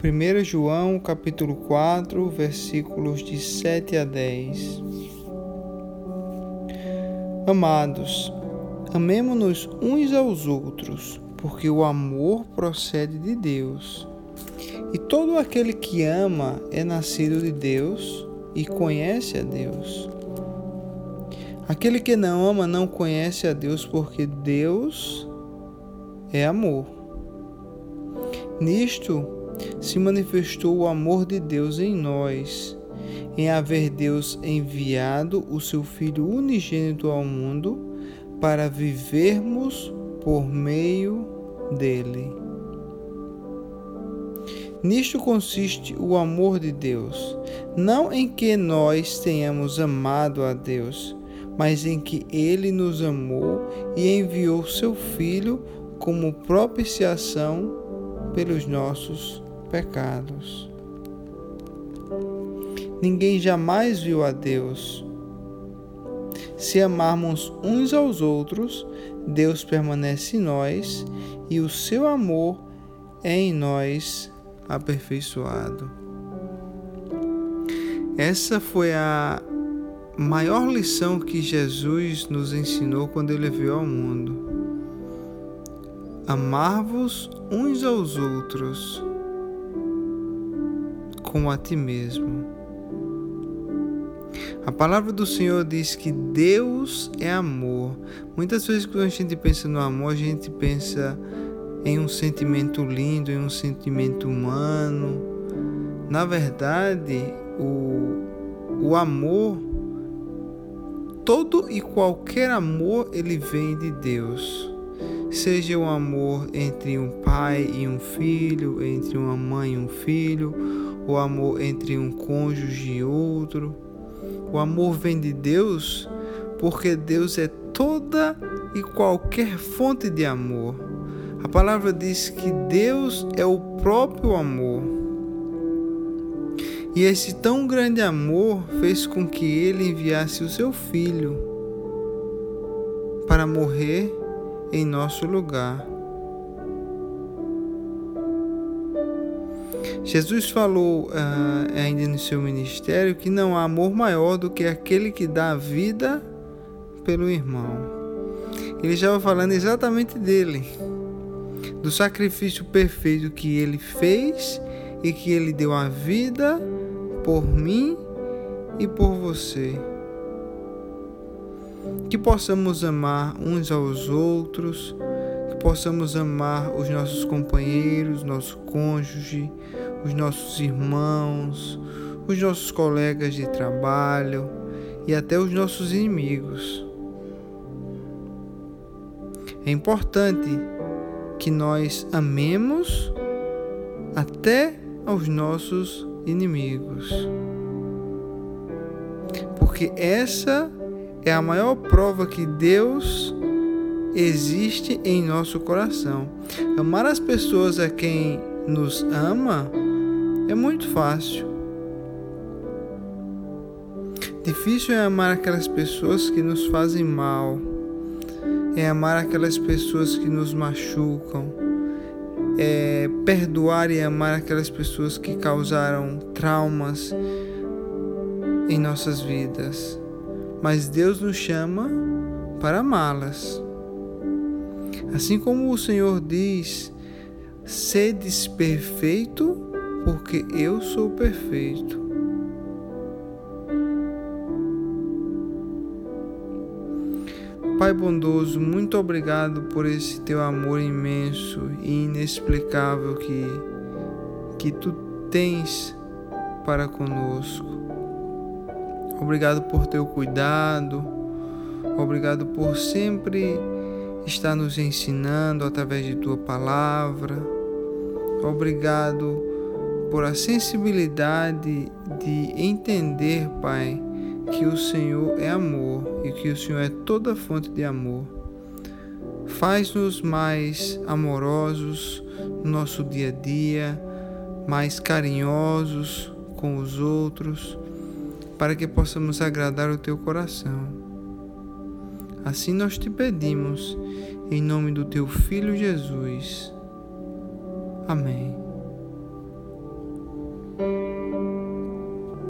1 João, capítulo 4, versículos de 7 a 10. Amados, amemo-nos uns aos outros, porque o amor procede de Deus. E todo aquele que ama é nascido de Deus e conhece a Deus. Aquele que não ama não conhece a Deus, porque Deus é amor. Nisto se manifestou o amor de Deus em nós, em haver Deus enviado o seu Filho unigênito ao mundo para vivermos por meio dele. Nisto consiste o amor de Deus, não em que nós tenhamos amado a Deus, mas em que Ele nos amou e enviou seu Filho como propiciação pelos nossos pecados. Ninguém jamais viu a Deus. Se amarmos uns aos outros, Deus permanece em nós e o seu amor é em nós aperfeiçoado. Essa foi a maior lição que Jesus nos ensinou quando Ele veio ao mundo. Amar-vos uns aos outros como a ti mesmo. A palavra do Senhor diz que Deus é amor. Muitas vezes quando a gente pensa no amor, a gente pensa em um sentimento lindo, em um sentimento humano. Na verdade, o amor, todo e qualquer amor, ele vem de Deus. Seja o amor entre um pai e um filho, entre uma mãe e um filho, o amor entre um cônjuge e outro. O amor vem de Deus porque Deus é toda e qualquer fonte de amor. A palavra diz que Deus é o próprio amor. E esse tão grande amor fez com que Ele enviasse o seu Filho para morrer em nosso lugar. Jesus falou ainda no seu ministério que não há amor maior do que aquele que dá a vida pelo irmão. Ele estava falando exatamente dele, do sacrifício perfeito que ele fez e que ele deu a vida por mim e por você. Que possamos amar uns aos outros, que possamos amar os nossos companheiros, nosso cônjuge, os nossos irmãos, os nossos colegas de trabalho e até os nossos inimigos. É importante que nós amemos até aos nossos inimigos, porque essa é a maior prova que Deus existe em nosso coração. Amar as pessoas a quem nos ama é muito fácil. Difícil é amar aquelas pessoas que nos fazem mal, é amar aquelas pessoas que nos machucam, é perdoar e amar aquelas pessoas que causaram traumas em nossas vidas. Mas Deus nos chama para amá-las. Assim como o Senhor diz: sedes perfeito, porque eu sou perfeito. Pai bondoso, muito obrigado por esse teu amor imenso e inexplicável que tu tens para conosco. Obrigado por teu cuidado, obrigado por sempre estar nos ensinando através de tua palavra. Obrigado por a sensibilidade de entender, Pai, que o Senhor é amor e que o Senhor é toda fonte de amor. Faz-nos mais amorosos no nosso dia a dia, mais carinhosos com os outros, para que possamos agradar o teu coração. Assim nós te pedimos, em nome do teu Filho Jesus. Amém.